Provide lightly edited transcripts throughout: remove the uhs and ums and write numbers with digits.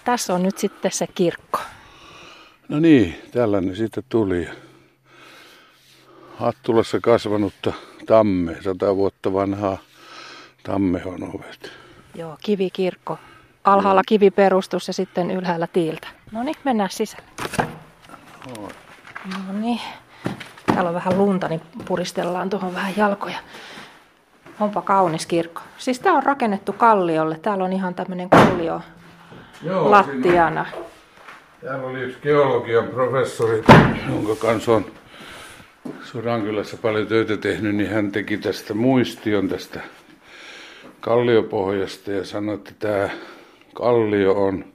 Tässä on nyt sitten se kirkko. No niin, tällainen siitä tuli. Hattulassa kasvanutta tammea, 100 vuotta vanhaa tammehon ovet. Joo, kivikirkko. Alhaalla kiviperustus ja sitten ylhäällä tiiltä. No niin, mennään sisälle. No niin. Täällä on vähän lunta, niin puristellaan tuohon vähän jalkoja. Onpa kaunis kirkko. Siis tää on rakennettu kalliolle. Täällä on ihan tämmönen kallio lattiana. Täällä oli yksi geologian professori, jonka kanssa on Sodankylässä paljon töitä tehnyt, niin hän teki tästä muistion tästä kalliopohjasta ja sanoi, että tämä kallio on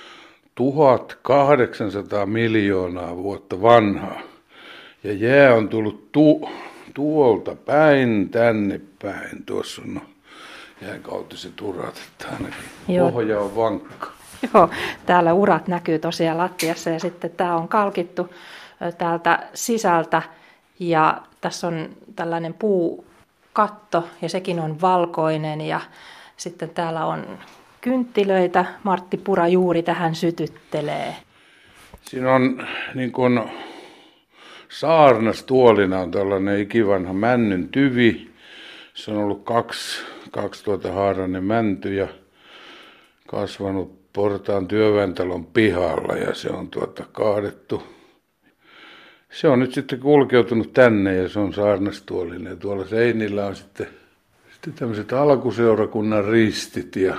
1800 miljoonaa vuotta vanhaa. Ja jää on tullut tuolta päin, tänne päin. Tuossa on jääkautiset urat, että ainakin pohja on vankka. Joo, täällä urat näkyy tosiaan lattiassa ja sitten tämä on kalkittu täältä sisältä ja tässä on tällainen puukatto ja sekin on valkoinen ja sitten täällä on kynttilöitä. Martti Pura juuri tähän sytyttelee. Siinä on niin kuin saarnastuolina on tällainen ikivanha männyn tyvi. Se on ollut 2000 haarainen mänty ja kasvanut portaan työväentalon pihalla ja se on kaadettu. Se on nyt sitten kulkeutunut tänne ja se on saarnastuolinen. Ja tuolla seinillä on sitten tämmöiset alkuseurakunnan ristit ja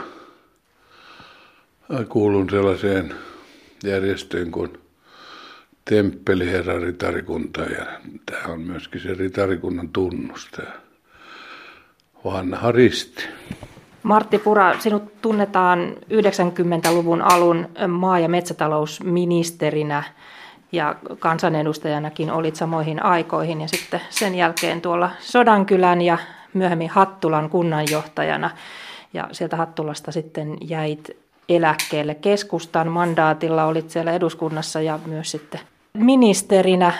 kuulun sellaiseen järjestöön kuin Temppeliherran ritarikunta ja tämä on myöskin se ritarikunnan tunnus, tämä vanha risti. Martti Pura, sinut tunnetaan 90-luvun alun maa- ja metsätalousministerinä ja kansanedustajanakin olit samoihin aikoihin ja sitten sen jälkeen tuolla Sodankylän ja myöhemmin Hattulan kunnanjohtajana ja sieltä Hattulasta sitten jäit eläkkeelle keskustan mandaatilla, olit siellä eduskunnassa ja myös sitten ministerinä.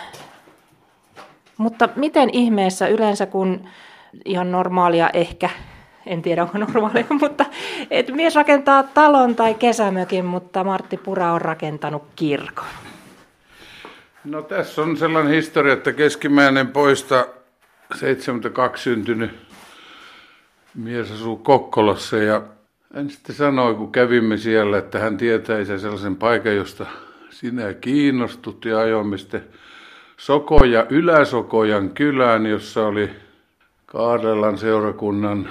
Mutta miten ihmeessä yleensä kun ihan normaalia ehkä, en tiedä onko normaalia, mutta että mies rakentaa talon tai kesämökin, mutta Martti Pura on rakentanut kirkon. No tässä on sellainen historia, että keskimmäinen poista 72 syntynyt mies asuu Kokkolassa ja hän sitten sanoi, kun kävimme siellä, että hän tietäisi sellaisen paikan, josta sinä kiinnostut ja ajoimme sitten Ylä-Sokojan kylään, jossa oli Kaarlelan seurakunnan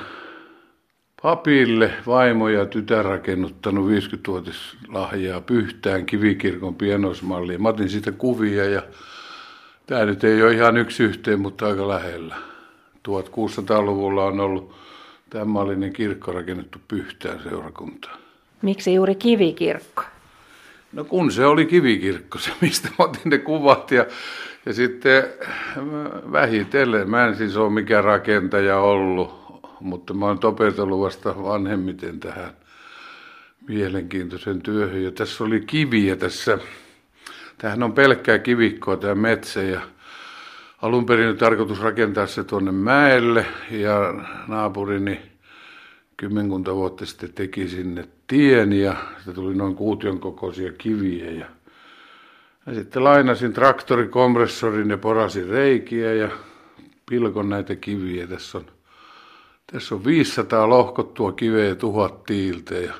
papille vaimo ja tytär rakennuttanut 50-vuotislahjaa Pyhtään kivikirkon pienoismalliin. Mä otin siitä kuvia ja tämä nyt ei ole ihan yksi yhteen, mutta aika lähellä. 1600-luvulla on ollut tämänmallinen kirkko rakennettu Pyhtään seurakuntaan. Miksi juuri kivikirkko? No kun se oli kivikirkko, se mistä mä otin ne kuvat ja sitten vähitellen. Mä en siis ole mikään rakentaja ollut, mutta mä oon opetellut vasta vanhemmiten tähän mielenkiintoisen työhön. Ja tässä oli kiviä tässä. Tämähän on pelkkää kivikkoa tämä metsä ja alun perin tarkoitus rakentaa se tuonne mäelle ja naapurini kymmenkunta vuotta sitten teki sinne tien ja sitä tuli noin kuution kokoisia kiviä ja sitten lainasin traktorikompressorin ja porasin reikiä ja pilkon näitä kiviä. Tässä on 500 lohkottua kiveä ja 1000 tiiltä ja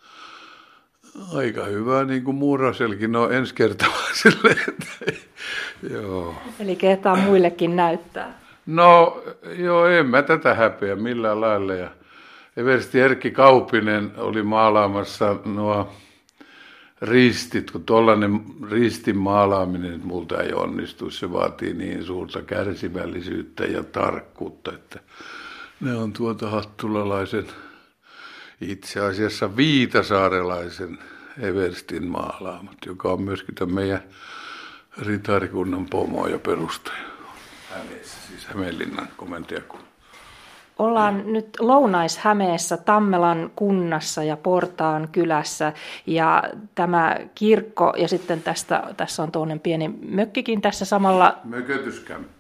aika hyvä niin kuin muuraselkin on ensikertalaisille. Joo. Eli kehtaa muillekin näyttää. No joo, en mä tätä häpeä millään lailla ja eversti Erkki Kaupinen oli maalaamassa nuo ristit, kun tuollainen ristin maalaaminen nyt multa ei onnistu, se vaatii niin suurta kärsivällisyyttä ja tarkkuutta, että ne on hattulalaisen, itse asiassa viitasaarelaisen everstin maalaamat, joka on myöskin tämän meidän ritarikunnan pomo ja perustaja Hämeessä, siis Hämeenlinnan komentajakunnan. Ollaan nyt Lounais-Hämeessä, Tammelan kunnassa ja Portaan kylässä ja tämä kirkko ja sitten tässä on tuollainen pieni mökkikin tässä samalla. Mökötyskämppä.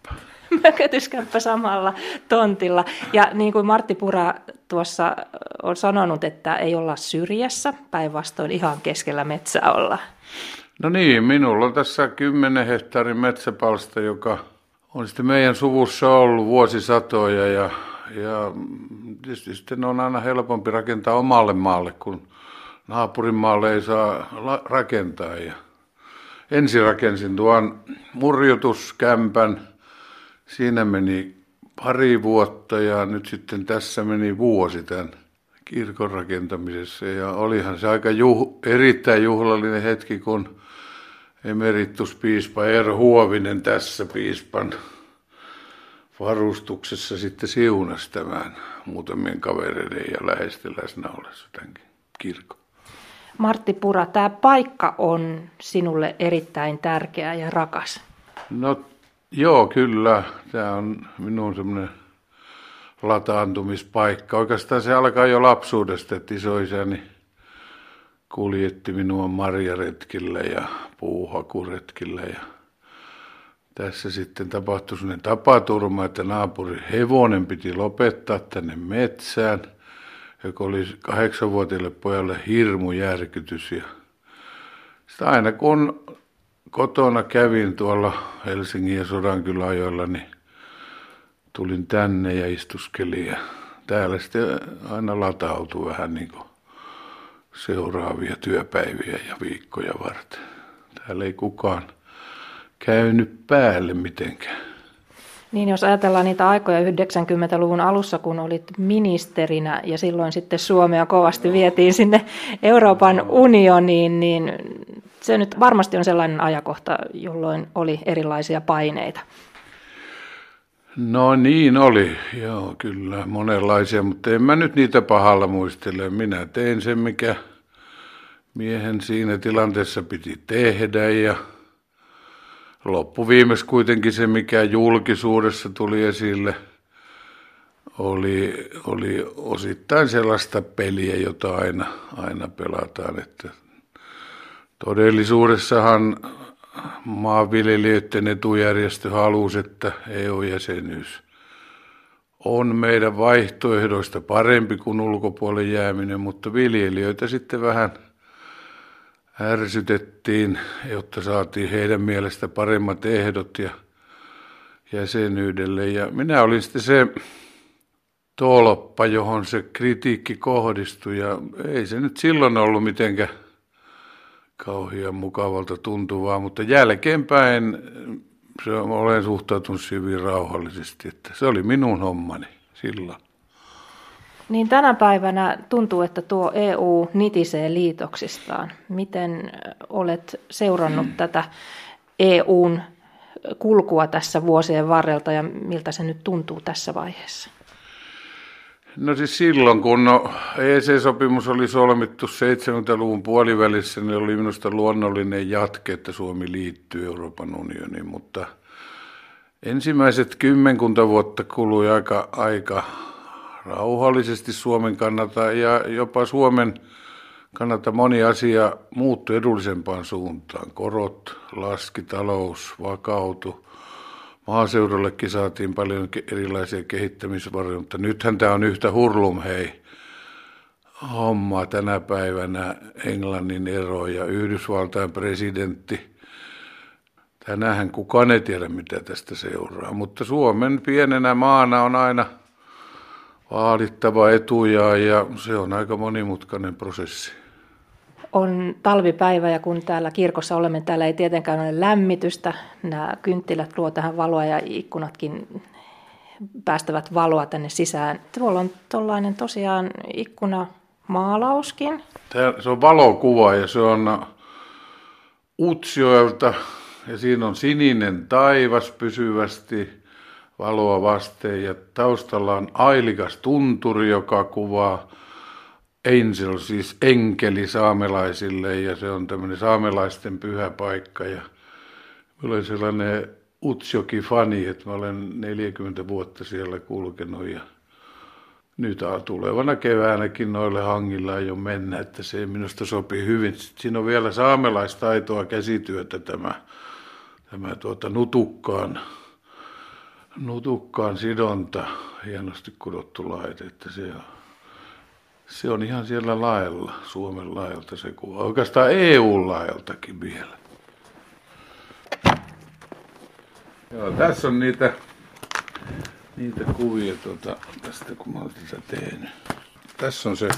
mökötyskämppä samalla tontilla. Ja niin kuin Martti Pura tuossa on sanonut, että ei olla syrjässä, päinvastoin ihan keskellä metsää olla. No niin, minulla on tässä 10 hehtaarin metsäpalsta, joka on sitten meidän suvussa ollut vuosisatoja ja tietysti sitten on aina helpompi rakentaa omalle maalle, kun naapurin maalle ei saa rakentaa. Ja ensin rakensin tuon murjutuskämpän, siinä meni pari vuotta ja nyt sitten tässä meni vuosi tämän kirkon rakentamisessa. Ja olihan se aika erittäin juhlallinen hetki, kun emerituspiispa Eero Huovinen tässä piispan varustuksessa sitten siunasi tämän muutamien kavereiden ja läheisten läsnä ollessa tämänkin kirkon. Martti Pura, tämä paikka on sinulle erittäin tärkeä ja rakas. No joo, kyllä. Tämä on minun semmoinen lataantumispaikka. Oikeastaan se alkaa jo lapsuudesta, että isoisäni kuljetti minua marjaretkille ja puuhakuretkille. Ja tässä sitten tapahtui sellainen tapaturma, että naapurin hevonen piti lopettaa tänne metsään, joka oli 8-vuotiaille pojalle hirmu järkytys. Ja sitten aina kun kotona kävin tuolla Helsingin ja Sodankylän ajoilla, niin tulin tänne ja istuskelin. Ja täällä sitten aina latautui vähän niin kuin seuraavia työpäiviä ja viikkoja varten. Täällä ei kukaan käynyt päälle mitenkään. Niin, jos ajatellaan niitä aikoja 90-luvun alussa, kun olit ministerinä ja silloin sitten Suomea kovasti vietiin sinne Euroopan unioniin, niin se nyt varmasti on sellainen ajankohta, jolloin oli erilaisia paineita. No niin oli, joo kyllä monenlaisia, mutta en mä nyt niitä pahalla muistele. Minä tein sen, mikä miehen siinä tilanteessa piti tehdä ja loppuviimeksi kuitenkin se, mikä julkisuudessa tuli esille, oli osittain sellaista peliä, jota aina pelataan. Että todellisuudessahan maanviljelijöiden etujärjestö halusi, että EU-jäsenyys on meidän vaihtoehdoista parempi kuin ulkopuolelle jääminen, mutta viljelijöitä sitten vähän ärsytettiin, jotta saatiin heidän mielestä paremmat ehdot ja jäsenyydelle. Ja minä olin sitten se tolppa, johon se kritiikki kohdistui ja ei se nyt silloin ollut mitenkään kauhean mukavalta tuntuvaa, mutta jälkeenpäin olen suhtautunut hyvin rauhallisesti, että se oli minun hommani silloin. Niin tänä päivänä tuntuu, että tuo EU nitisee liitoksistaan. Miten olet seurannut tätä EUn kulkua tässä vuosien varrelta ja miltä se nyt tuntuu tässä vaiheessa? No siis silloin, kun EEC-sopimus oli solmittu 70-luvun puolivälissä, niin oli minusta luonnollinen jatke, että Suomi liittyy Euroopan unioniin, mutta ensimmäiset 10 vuotta kului aika rauhallisesti Suomen kannalta ja jopa Suomen kannalta moni asia muuttui edullisempaan suuntaan. Korot laski, talous vakautui. Maaseudullekin saatiin paljon erilaisia kehittämisvaroja, mutta nythän tämä on yhtä hurlumhei hommaa tänä päivänä Englannin ero ja Yhdysvaltain presidentti. Tänäänhän kukaan ei tiedä, mitä tästä seuraa, mutta Suomen pienenä maana on aina vaalittava etuja ja se on aika monimutkainen prosessi. On talvipäivä ja kun täällä kirkossa olemme, täällä ei tietenkään ole lämmitystä. Nämä kynttilät luo tähän valoa ja ikkunatkin päästävät valoa tänne sisään. Tuolla on tuollainen tosiaan ikkunamaalauskin. Se on valokuva ja se on Utsjoelta ja siinä on sininen taivas pysyvästi valoa vasten ja taustalla on ailikas tunturi, joka kuvaa Angel, siis enkeli saamelaisille ja se on tämmöinen saamelaisten pyhä paikka ja mä olen sellainen Utsjoki-fani, että mä olen 40 vuotta siellä kulkenut ja nyt tulevana keväänäkin noille hangilla ei ole mennä, että se minusta sopii hyvin. Sitten siinä on vielä saamelaistaitoa käsityötä tämä nutukkaan nutukkaan sidonta, hienosti kudottu laite, että se on ihan siellä lailla, Suomen lailta se kuva. Oikeastaan EU-lailtakin vielä. Joo, tässä on niitä kuvia tästä, kun mä olen tätä tehnyt. Tässä on se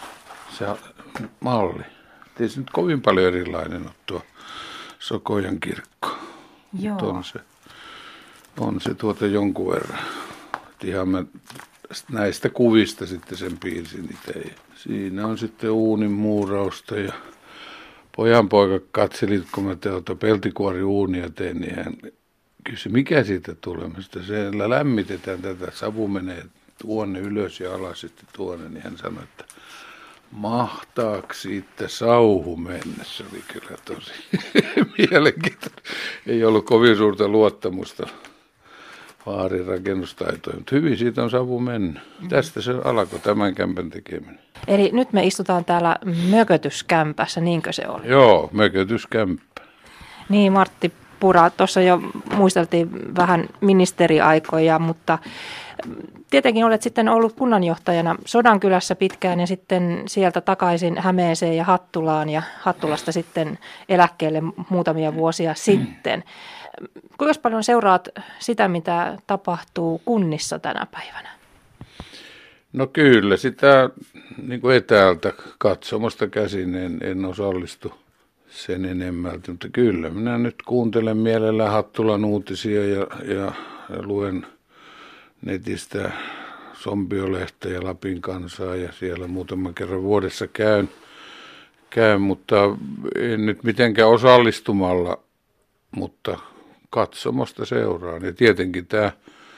malli. Ei se nyt kovin paljon erilainen ole tuo Sokojan kirkko. Joo. On se jonkun verran. Ihan mä näistä kuvista sitten sen piirsin itse. Siinä on sitten uunin muurausta ja pojanpoika katseli, kun mä peltikuoriuunia tein, niin hän kysyi, mikä siitä tulee. Siellä lämmitetään tätä, savu menee tuonne ylös ja alas sitten tuonne, niin hän sanoi, että mahtaako siitä sauhu mennä? Se oli kyllä tosi mielenkiintoinen. Ei ollut kovin suurta luottamusta vaarin rakennustaitoihin, mutta hyvin siitä on savu mennyt. Tästä se alkoi tämän kämpän tekeminen. Eli nyt me istutaan täällä mökötyskämpässä, niinkö se oli? Joo, mökötyskämppä. Niin, Martti Pura, tuossa jo muisteltiin vähän ministeriaikoja, mutta tietenkin olet sitten ollut kunnanjohtajana Sodankylässä pitkään ja sitten sieltä takaisin Hämeeseen ja Hattulaan ja Hattulasta sitten eläkkeelle muutamia vuosia sitten. Kuinka paljon seuraat sitä, mitä tapahtuu kunnissa tänä päivänä? No kyllä, sitä niin kuin etäältä katsomasta käsin en osallistu sen enemmältä, mutta kyllä minä nyt kuuntelen mielellään Hattulan uutisia ja luen netistä Sompiolehtä ja Lapin Kansaa ja siellä muutaman kerran vuodessa käyn, mutta en nyt mitenkään osallistumalla, mutta katsomasta seuraan. Ja tietenkin tämä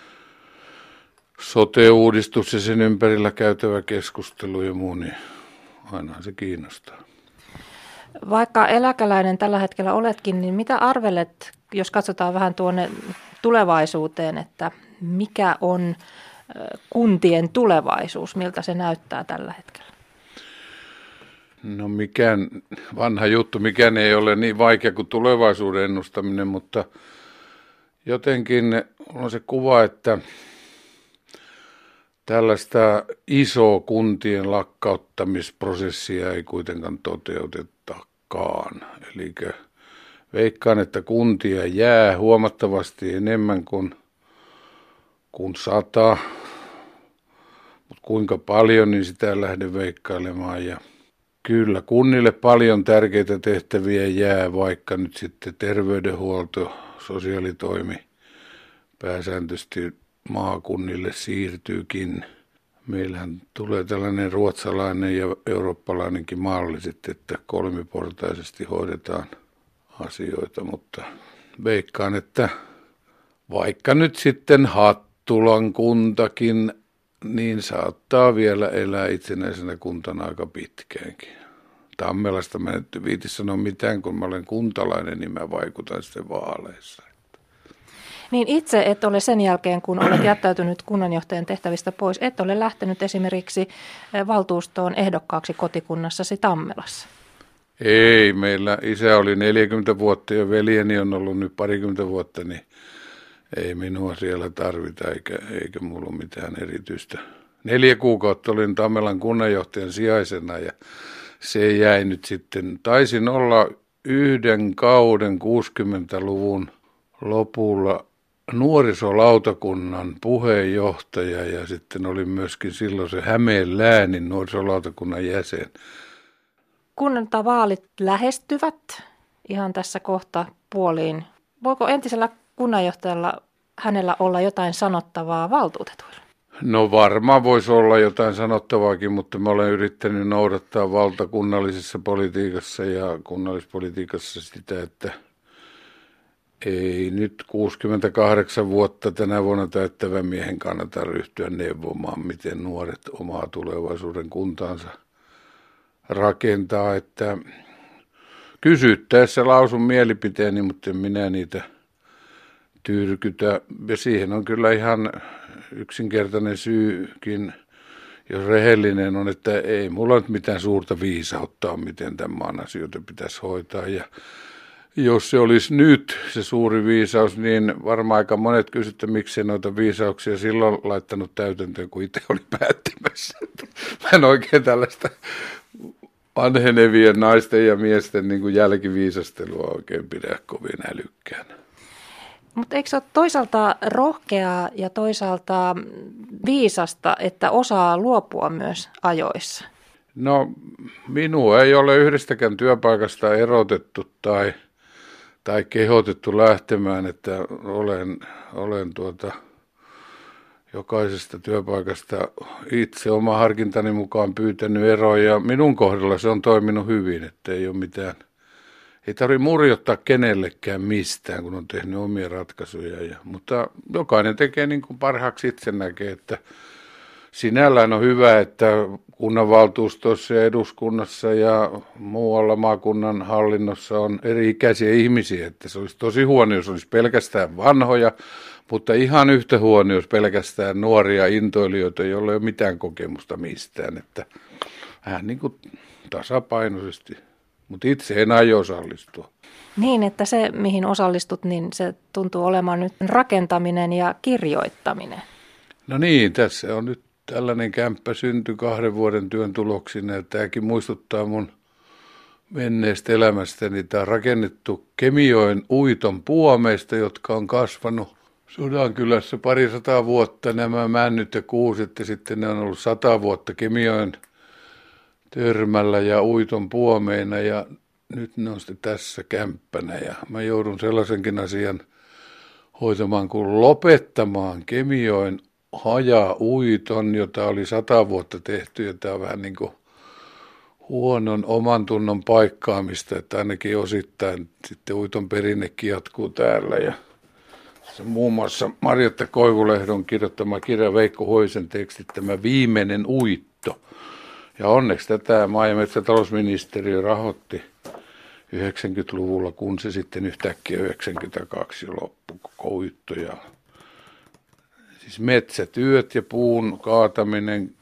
sote-uudistus ja sen ympärillä käytävä keskustelu ja muu, niin ainahan se kiinnostaa. Vaikka eläkeläinen tällä hetkellä oletkin, niin mitä arvelet, jos katsotaan vähän tuonne tulevaisuuteen, että mikä on kuntien tulevaisuus, miltä se näyttää tällä hetkellä? No vanha juttu, mikään ei ole niin vaikea kuin tulevaisuuden ennustaminen, mutta jotenkin on se kuva, että tällaista isoa kuntien lakkauttamisprosessia ei kuitenkaan toteutetakaan. Eli veikkaan, että kuntia jää huomattavasti enemmän kuin 100, mutta kuinka paljon, niin sitä en lähde veikkailemaan. Ja kyllä kunnille paljon tärkeitä tehtäviä jää, vaikka nyt sitten terveydenhuolto, sosiaalitoimi pääsääntöisesti maakunnille siirtyykin. Meillähän tulee tällainen ruotsalainen ja eurooppalainenkin malli sitten, että kolmiportaisesti hoidetaan asioita, mutta veikkaan, että vaikka nyt sitten Hattulan kuntakin, niin saattaa vielä elää itsenäisenä kuntana aika pitkäänkin. Tammelasta mä nyt viiti sanoa mitään, kun mä olen kuntalainen, niin mä vaikutan sitten vaaleissa. Niin itse et ole sen jälkeen, kun olet jättäytynyt kunnanjohtajan tehtävistä pois, et ole lähtenyt esimerkiksi valtuustoon ehdokkaaksi kotikunnassasi Tammelassa. Ei, meillä isä oli 40 vuotta ja veljeni on ollut nyt 20 vuotta, niin ei minua siellä tarvita eikä mulla ole mitään erityistä. 4 kuukautta olin Tammelan kunnanjohtajan sijaisena ja se jäi nyt sitten. Taisin olla yhden kauden 60-luvun lopulla nuorisolautakunnan puheenjohtaja ja sitten oli myöskin silloin se Hämeen läänin nuorisolautakunnan jäsen. Kuntavaalit lähestyvät ihan tässä kohta puoliin. Voiko entisellä kunnanjohtajalla hänellä olla jotain sanottavaa valtuutetuille? No varmaan voisi olla jotain sanottavaakin, mutta mä olen yrittänyt noudattaa valtakunnallisessa politiikassa ja kunnallispolitiikassa sitä, että ei nyt 68 vuotta tänä vuonna täyttävän miehen kannata ryhtyä neuvomaan, miten nuoret omaa tulevaisuuden kuntaansa rakentaa, että kysyttäessä lausun mielipiteeni, mutta en minä niitä tyrkytä. Ja siihen on kyllä ihan yksinkertainen syykin, jos rehellinen on, että ei mulla nyt mitään suurta viisautta ole, miten tämän maan asioita pitäisi hoitaa. Ja jos se olisi nyt se suuri viisaus, niin varmaan aika monet kysyvät, että miksi noita viisauksia silloin laittanut täytäntöön, kun itse oli päättämässä. Mä en oikein tällaista vanhenevien naisten ja miesten niin kuin jälkiviisastelua oikein pidä kovin älykkäänä. Mutta eikö se ole toisaalta rohkeaa ja toisaalta viisasta, että osaa luopua myös ajoissa? No, minua ei ole yhdestäkään työpaikasta erotettu tai kehotettu lähtemään, että olen jokaisesta työpaikasta itse oma harkintani mukaan pyytänyt eroja. Ja minun kohdalla se on toiminut hyvin, että ei ole mitään. Ei tarvitse murjottaa kenellekään mistään, kun on tehnyt omia ratkaisuja. Mutta jokainen tekee niin kuin parhaaksi itse näkee, että sinällään on hyvä, että kunnanvaltuustossa ja eduskunnassa ja muualla maakunnan hallinnossa on eri-ikäisiä ihmisiä, että se olisi tosi huono, jos olisi pelkästään vanhoja, mutta ihan yhtä huono, jos pelkästään nuoria intoilijoita, joilla ei ole mitään kokemusta mistään, että vähän niin kuin tasapainoisesti. Mutta itse en aio osallistua. Niin, että se mihin osallistut, niin se tuntuu olemaan nyt rakentaminen ja kirjoittaminen. No niin, tässä on nyt tällainen kämppä syntyi 2 vuoden työn tuloksina. Ja tämäkin muistuttaa mun menneestä elämästäni. Tämä on rakennettu Kemijoen uiton puomeista, jotka on kasvanut Sodankylässä 200 vuotta. Nämä männyt ja kuuset ja sitten ne on ollut 100 vuotta Kemijoen törmällä ja uiton puomeina ja nyt ne on sitten tässä kämppänä ja mä joudun sellaisenkin asian hoitamaan kuin lopettamaan Kemijoen hajauiton, jota oli 100 vuotta tehty ja tämä on vähän niin kuin huonon oman tunnon paikkaamista, että ainakin osittain sitten uiton perinnekin jatkuu täällä ja se muun muassa Marjatta Koivulehdon kirjoittama kirja Veikko Hoisen tekstittämä Viimeinen uitto. Ja onneksi tätä maa- ja metsätalousministeriö rahoitti 90-luvulla, kun se sitten yhtäkkiä 92 jo loppui koko uitto. Ja siis metsätyöt ja puun kaataminen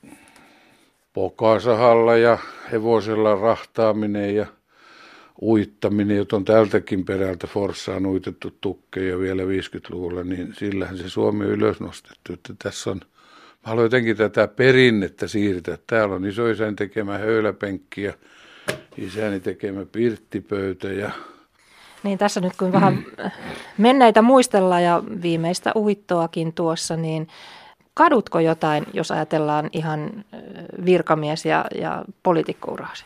pokasahalla ja hevosella rahtaaminen ja uittaminen, jota on tältäkin perältä Forssaan uitettu tukkeja vielä 50-luvulla, niin sillähän se Suomi on ylös nostettu. Että tässä on, mä haluan jotenkin tätä perinnettä siirtää. Täällä on isoisäni tekemä höyläpenkki ja isäni tekemä pirttipöytä. Niin tässä nyt kun vähän menneitä muistellaan ja viimeistä uittoakin tuossa, niin kadutko jotain, jos ajatellaan ihan virkamies- ja poliitikkouraasi?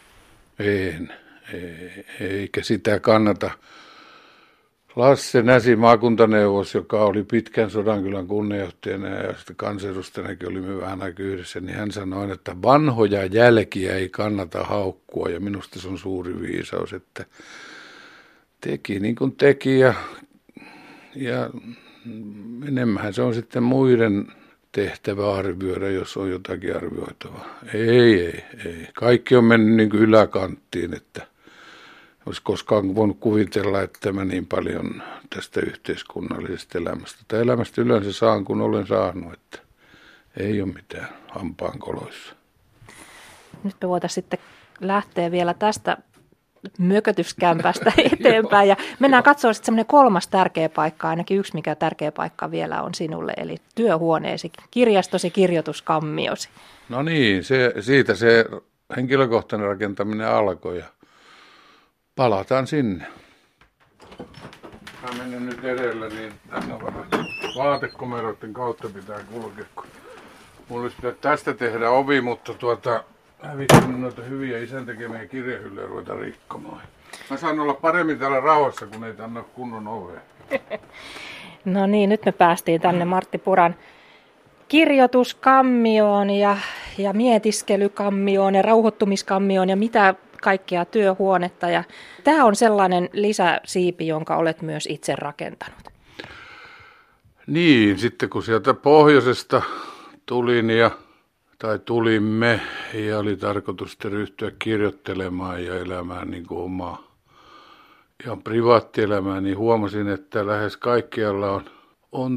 Eikä sitä kannata. Lasse Näsi, maakuntaneuvos, joka oli pitkän Sodankylän kunnanjohtajana ja sitten kansanedustajanakin olimme vähän aika yhdessä, niin hän sanoi, että vanhoja jälkiä ei kannata haukkua ja minusta se on suuri viisaus, että teki niin kuin teki ja enemmän se on sitten muiden tehtävä arvioida, jos on jotakin arvioitavaa. Ei. Kaikki on mennyt niin kuin yläkanttiin, että olisi koskaan voinut kuvitella, että mä niin paljon tästä yhteiskunnallisesta elämästä tai elämästä yleensä saan, kun olen saanut, että ei ole mitään hampaankoloissa. Nyt me voitaisiin sitten lähteä vielä tästä mökötyskämpästä eteenpäin ja mennään katsomaan sitten semmoinen 3. tärkeä paikka, ainakin yksi mikä tärkeä paikka vielä on sinulle, eli työhuoneesi, kirjastosi, kirjoituskammiosi. No niin, siitä se henkilökohtainen rakentaminen alkoi ja palataan sinne. Mä menen nyt edellä, niin tänne vaatekomeroiden kautta pitää kulkea, kun mulla olisi pitää tästä tehdä ovi, mutta hävittiin noita hyviä isän tekemiä kirjahyllyjä ruveta rikkomaan. Mä saan olla paremmin täällä rauhassa, kun ei tänne kunnon ovea. No niin, nyt me päästiin tänne Martti Puran kirjoituskammioon ja mietiskelykammioon ja rauhoittumiskammioon ja mitä kaikkea työhuonetta. Ja tämä on sellainen lisäsiipi, jonka olet myös itse rakentanut. Niin, sitten kun sieltä pohjoisesta tulimme ja oli tarkoitus ryhtyä kirjoittelemaan ja elämään niin kuin omaa ihan privaattielämää, niin huomasin, että lähes kaikkialla on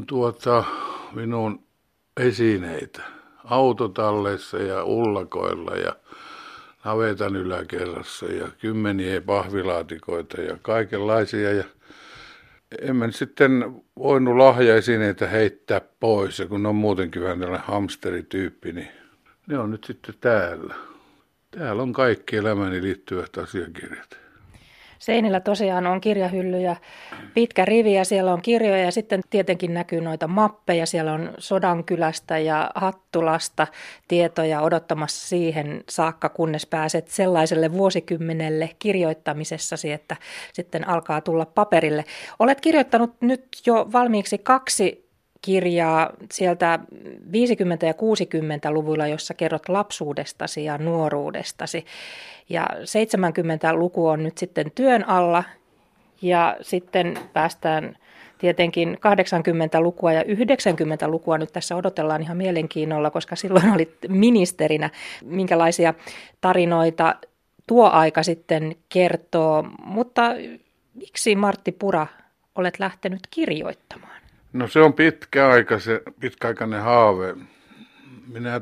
minun esineitä autotalleissa ja ullakoilla ja navetan yläkerrassa ja kymmeniä pahvilaatikoita ja kaikenlaisia. Ja en mä sitten voinut lahjaesineitä heittää pois, ja kun ne on muutenkin vähän tällainen hamsterityyppi, niin ne on nyt sitten täällä. Täällä on kaikki elämäni liittyvät asiakirjat. Seinillä tosiaan on kirjahyllyjä, pitkä rivi ja siellä on kirjoja ja sitten tietenkin näkyy noita mappeja. Siellä on Sodankylästä ja Hattulasta tietoja odottamassa siihen saakka, kunnes pääset sellaiselle vuosikymmenelle kirjoittamisessasi, että sitten alkaa tulla paperille. Olet kirjoittanut nyt jo valmiiksi 2 kirjaa sieltä 50- ja 60-luvuilla, jossa kerrot lapsuudestasi ja nuoruudestasi. Ja 70-luku on nyt sitten työn alla ja sitten päästään tietenkin 80-lukua ja 90-lukua nyt tässä odotellaan ihan mielenkiinnolla, koska silloin olit ministerinä. Minkälaisia tarinoita tuo aika sitten kertoo, mutta miksi Martti Pura olet lähtenyt kirjoittamaan? No se on pitkäaikainen haave. Minä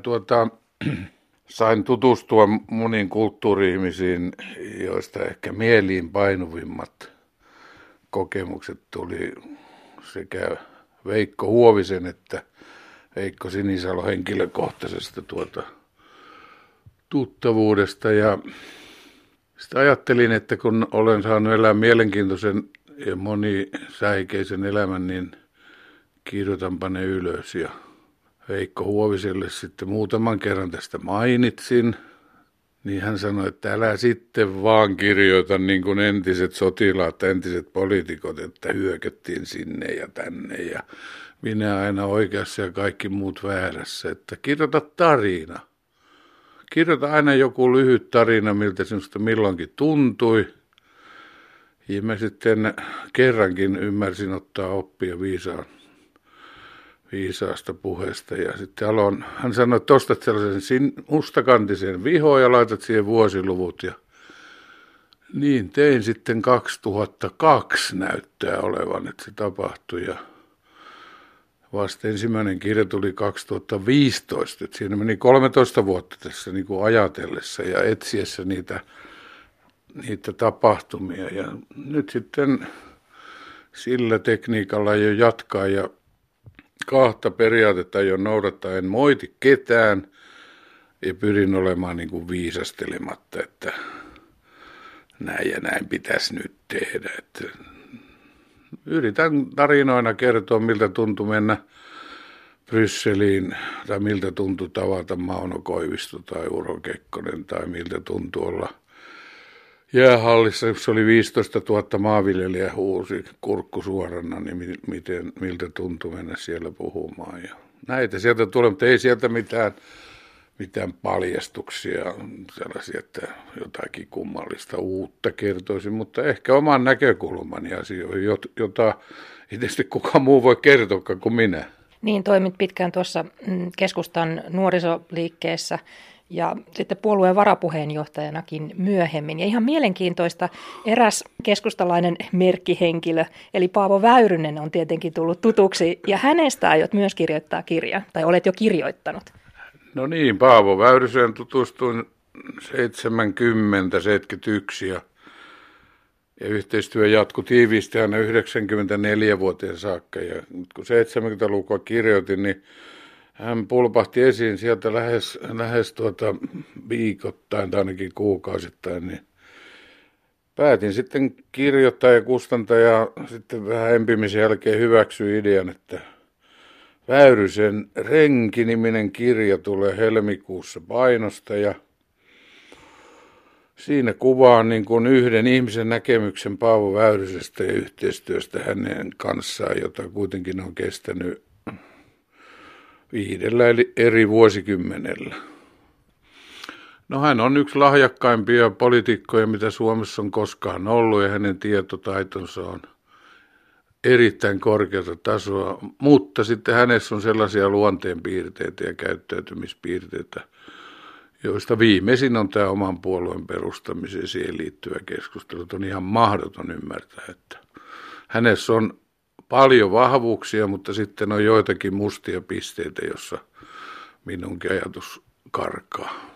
sain tutustua moniin kulttuuri-ihmisiin, joista ehkä mieliin painuvimmat kokemukset tuli sekä Veikko Huovisen että Veikko Sinisalo henkilökohtaisesta tuttavuudesta. Ja sitten ajattelin, että kun olen saanut elää mielenkiintoisen ja monisäikeisen elämän, niin kirjoitanpa ne ylös. Ja Veikko Huoviselle sitten muutaman kerran tästä mainitsin, niin hän sanoi, että älä sitten vaan kirjoita niin kuin entiset sotilaat, entiset poliitikot, että hyökättiin sinne ja tänne ja minä aina oikeassa ja kaikki muut väärässä, että kirjoita tarina. Kirjoita aina joku lyhyt tarina, miltä sinusta milloinkin tuntui. Ja mä sitten kerrankin ymmärsin ottaa oppia viisaasta puheesta. Ja sitten hän sanoi, että ostat sellaisen mustakantisen vihon ja laitat siihen vuosiluvut. Ja niin tein sitten 2002 näyttää olevan, että se tapahtui. Ja vasta ensimmäinen kirja tuli 2015. Että siinä meni 13 vuotta tässä niin kuin ajatellessa ja etsiessä niitä tapahtumia. Ja nyt sitten sillä tekniikalla aion jatkaa ja 2 periaatetta aion noudattaa. En moiti ketään ja pyrin olemaan niin kuin viisastelematta, että näin ja näin pitäisi nyt tehdä. Että yritän tarinoina kertoa, miltä tuntui mennä Brysseliin tai miltä tuntui tavata Mauno Koivisto tai Urho Kekkonen tai miltä tuntui olla jäähallissa, jossa oli 15 000 maanviljelijää huusi kurkku suorana, niin miltä tuntui mennä siellä puhumaan. Ja näitä sieltä tulee, mutta ei sieltä mitään paljastuksia, sellaisia, että jotakin kummallista uutta kertoisin, mutta ehkä oman näkökulmani asioihin, jota ei tietysti kukaan muu voi kertoa kuin minä. Niin, toimit pitkään tuossa keskustan nuorisoliikkeessä ja sitten puolueen varapuheenjohtajanakin myöhemmin. Ja ihan mielenkiintoista, eräs keskustalainen merkkihenkilö, eli Paavo Väyrynen on tietenkin tullut tutuksi, ja hänestä aiot myös kirjoittaa kirjan, tai olet jo kirjoittanut. No niin, Paavo Väyryseen tutustuin 70-71 ja yhteistyö jatkui tiiviisti aina 94 vuoteen saakka. Ja kun 70-lukua kirjoitin, niin hän pulpahti esiin sieltä lähes viikoittain tai ainakin kuukausittain, niin päätin sitten kirjoittaa ja kustantaa ja sitten vähän empimisen jälkeen hyväksyi idean, että Väyrysen Renki-niminen kirja tulee helmikuussa painosta ja siinä kuvaan niin kuin yhden ihmisen näkemyksen Paavo Väyrysestä ja yhteistyöstä hänen kanssaan, jota kuitenkin on kestänyt 5 eri vuosikymmenellä. No hän on yksi lahjakkaimpia poliitikkoja, mitä Suomessa on koskaan ollut, ja hänen tietotaitonsa on erittäin korkeata tasoa, mutta sitten hänessä on sellaisia luonteenpiirteitä ja käyttäytymispiirteitä, joista viimeisin on tämä oman puolueen perustamiseen siihen liittyvä keskustelu. On ihan mahdoton ymmärtää, että hänessä on paljon vahvuuksia, mutta sitten on joitakin mustia pisteitä, jossa minunkin ajatus karkaa.